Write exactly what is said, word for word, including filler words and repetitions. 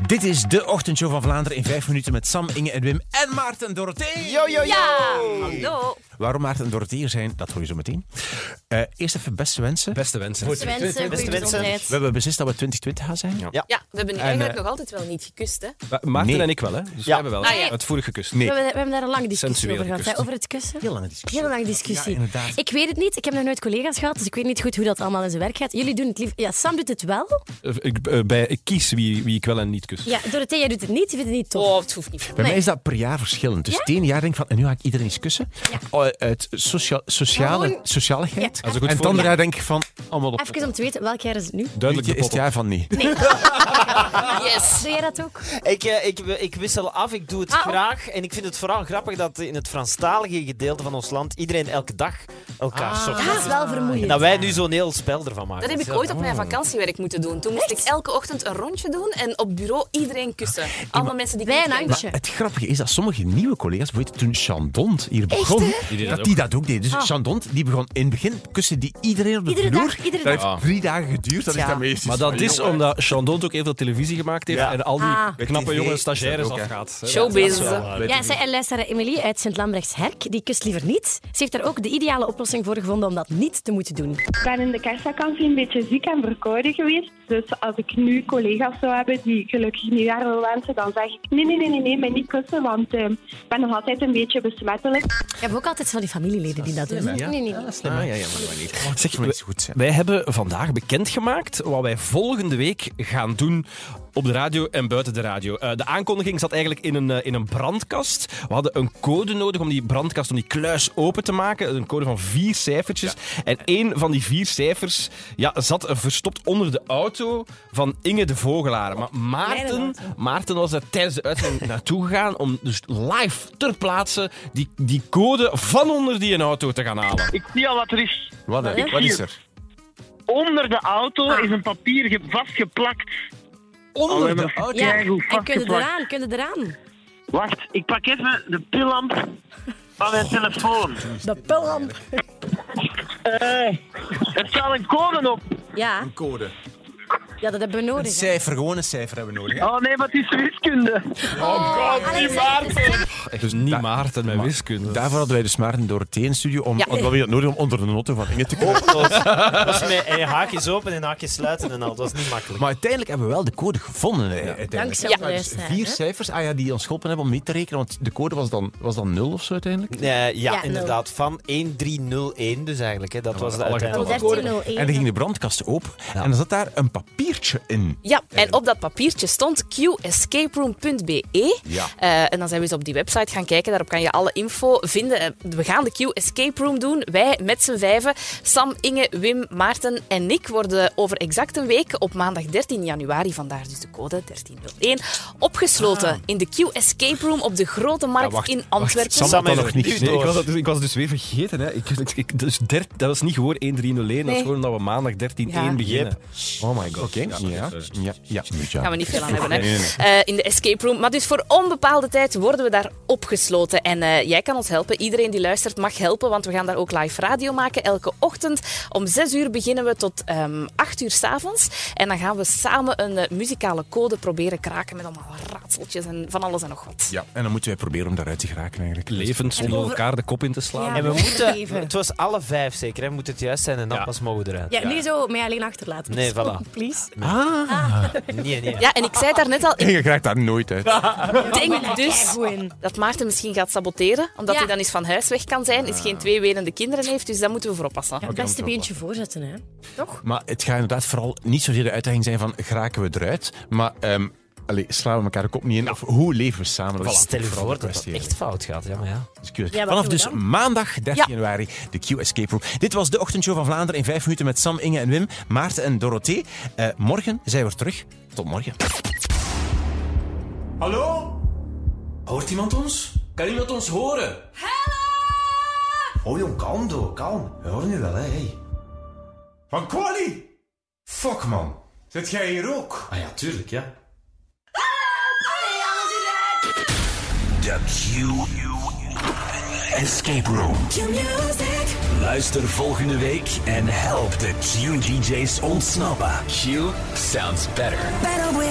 Dit is de ochtendshow van Vlaanderen in vijf minuten met Sam, Inge en Wim en Maarten en Dorothee. Yo, yo, yo. Ja, hallo. Waarom Maarten en Dorothee er zijn, dat hoor je zo meteen. Uh, eerst even beste wensen. Beste wensen. Beste wensen, Beste goede wensen. gezondheid. We hebben beslist dat we twintig twintig gaan zijn. Ja. Ja. Ja, we hebben nu En, eigenlijk uh, nog altijd wel niet gekust, hè? Maarten Nee. en ik wel, hè? Dus Ja. we hebben wel Ah, ja. uitvoerig gekust. Nee. We hebben, we hebben daar een lange discussie Sensueel over gehad, hè, gekust. over het kussen. Heel lange discussie. Heel lange discussie. Ja, inderdaad. Ik weet het niet, ik heb nog nooit collega's gehad, dus ik weet niet goed hoe dat allemaal in zijn werk gaat. Jullie doen het lief. Ja, Sam doet het wel. Uh, ik, uh, bij, ik kies wie, wie ik wel en niet kus. Ja, Dorothee, jij doet het niet, je vindt het niet tof. Oh, het hoeft niet. Bij Nee. mij is dat per jaar verschillend. Dus Ja? het ene jaar denk ik van, en nu ga ik iedereen eens kussen. Oh, uit socia- sociale, Gewoon- socialigheid. Ja. Dat is een goed En het andere voorbeeld. jaar denk ik van, allemaal op. Even om te weten, welk jaar is het nu? Duidelijk de is het pot op. jaar van niet. Yes. Doe jij dat ook? Ik, eh, ik, ik wissel af, ik doe het Ah, oh. graag. En ik vind het vooral grappig dat in het Franstalige gedeelte van ons land iedereen elke dag elkaar Ah. zocht. Ja, dat is wel vermoeiend. En dat wij nu zo'n heel spel ervan maken. Dat heb ik ooit op mijn vakantiewerk moeten doen. Toen moest ik elke ochtend een rondje doen en op bureau iedereen kussen. Allemaal mensen die ik Wij niet een kende. handje. Het grappige is dat sommige nieuwe collega's, bijvoorbeeld toen Chandont hier begon, Die deed dat dat die dat ook deed. Dus Ah. Chandont, die begon in het begin kussen die iedereen op de Iedere vloer. dag, iedere dat dag. heeft drie dagen geduurd, dat Ja. ik dat mee Maar dat is omdat Chandon ook heel veel televisie gemaakt heeft Ja. en al die Ah. knappe T V jonge is dat stagiaires ook, hè. afgaat. hè. Showbiz. Ja, dat is wel, eh, Ja, zij, en luister naar Emily uit Sint-Lambrechts-Herk. Die kust liever niet. Ze heeft daar ook de ideale oplossing voor gevonden om dat niet te moeten doen. Ik ben in de kerstvakantie een beetje ziek en verkouden geweest. Dus als ik nu collega's zou hebben die gelukkig nieuwjaar wil wensen, dan zeg ik nee, nee, nee, nee, nee mij niet kussen, want eh, ik ben nog altijd een beetje besmettelijk. Ik heb ook altijd van die familieleden die dat doen. Ja? Nee, nee. Ah, ja, ja, maar dat niet. Zeg, maar iets goed zijn. wij hebben vandaag bekendgemaakt wat wij volgende week gaan doen op de radio en buiten de radio. Uh, de aankondiging zat eigenlijk in een, uh, in een brandkast. We hadden een code nodig om die brandkast, om die kluis open te maken. Een code van vier cijfertjes. Ja. En één van die vier cijfers ja, zat uh, verstopt onder de auto van Inge de Vogelaar. Maar Maarten, Maarten was daar tijdens de uitzending naartoe gegaan om dus live ter plaatse die, die code van onder die een auto te gaan halen. Ik zie al wat er is. Wat, hè? Wat Wat is er? Onder de auto Ah. is een papier ge- vastgeplakt. Onder de de auto? Ja, Kijk hoe en kunnen vastgeplakt. eraan, kunnen eraan. Wacht, ik pak even de pillamp van mijn telefoon. De pillamp. Eh, er staat een code op. Ja, Een code. ja, dat hebben we Een nodig. hè. cijfer, gewoon een cijfer hebben we nodig. Hè? Oh nee, wat is wiskunde? Oh god, Allee, zeg- Dus niet Maarten met wiskunde. Daarvoor hadden wij dus Maarten en Dorothee in de studio, om, Ja. want we hadden het nodig om onder de noten van Inge te komen. Dat was met eh, haakjes open en haakjes sluiten en al. Dat was niet makkelijk. Maar uiteindelijk hebben we wel de code gevonden. hè, uiteindelijk. Dankzij Ja. de Dus luisteraar, vier hè. cijfers ah, ja, die ons geholpen hebben om mee te rekenen, want de code was dan, was dan nul of zo uiteindelijk. Eh, ja, Ja, inderdaad. Van één drie nul één dus eigenlijk. Hè. Dat was de alle uiteindelijke dertien code. nul één. En dan ging de brandkast open en er zat daar een papiertje in. Ja, en op dat papiertje stond q escape room punt b e. Ja. Uh, en dan zijn we eens op die website gaan kijken. Daarop kan je alle info vinden. Uh, we gaan de Q Escape Room doen. Wij met z'n vijven. Sam, Inge, Wim, Maarten en ik worden over exact een week op maandag dertien januari, vandaar dus de code dertien nul één, opgesloten Ah. in de Q Escape Room op de Grote Markt Ja, wacht, in Antwerpen. Sam Sam had dat is nog er niet. nu Nee, ik, door. was dat, ik was dus weer vergeten. Hè. Ik, ik, ik- dus der, dat was niet gewoon één drie nul één, dat was Nee. gewoon dat we maandag dertien één Ja. beginnen. Oh my god. Oké, ja. Ja, ja, ja. Daar gaan we niet veel aan hebben, hè. Nee, nee, nee. Uh, in de escape room. Maar dus voor onbepaalde tijd worden we daar opgesloten. En uh, jij kan ons helpen. Iedereen die luistert mag helpen, want we gaan daar ook live radio maken. Elke ochtend om zes uur beginnen we tot um, acht uur 's avonds. En dan gaan we samen een uh, muzikale code proberen kraken met allemaal raadseltjes en van alles en nog wat. Ja, en dan moeten wij proberen om daaruit te geraken eigenlijk. Levend zonder over- elkaar de kop in te slaan. Ja. En we Even. moeten... Het was alle vijf zeker, hè. Moet het juist zijn en dan Ja. pas mogen we eruit. Ja, niet zo mij alleen achterlaten. Nee, Zo, voilà. Please. Ah, Nee, nee. Ja, en ik zei het daar net al. Ik je krijgt daar nooit uit. denk dus Goed in. dat Maarten misschien gaat saboteren, omdat Ja. hij dan eens van huis weg kan zijn, is geen twee wenende kinderen heeft, dus daar moeten we voor oppassen. Ja, het beste beentje voorzetten, hè. Toch? Maar het gaat inderdaad vooral niet zozeer de uitdaging zijn van geraken we eruit, maar ehm, allee, slaan we elkaar de kop niet in, of hoe leven we samen? Dat is Stel je vooral voor de dat kwestie dat echt fout gaat. Ja, maar ja. eigenlijk. Ja, wat Vanaf doen we dus dan? maandag dertien Ja. januari de Q Escape Room. Dit was de ochtendshow van Vlaanderen in vijf minuten met Sam, Inge en Wim, Maarten en Dorothee. Uh, morgen zijn we terug. Tot morgen. Hallo? Hoort iemand ons? Kan iemand ons horen? Oh jong, kalm door, kalm. We horen nu wel, hè. Hey. Van Quali? Fuck man, zit jij hier ook? Ah ja, tuurlijk, ja. De Q Escape Room. Luister volgende week en help de Q D J's ontsnappen. Q sounds better. Better with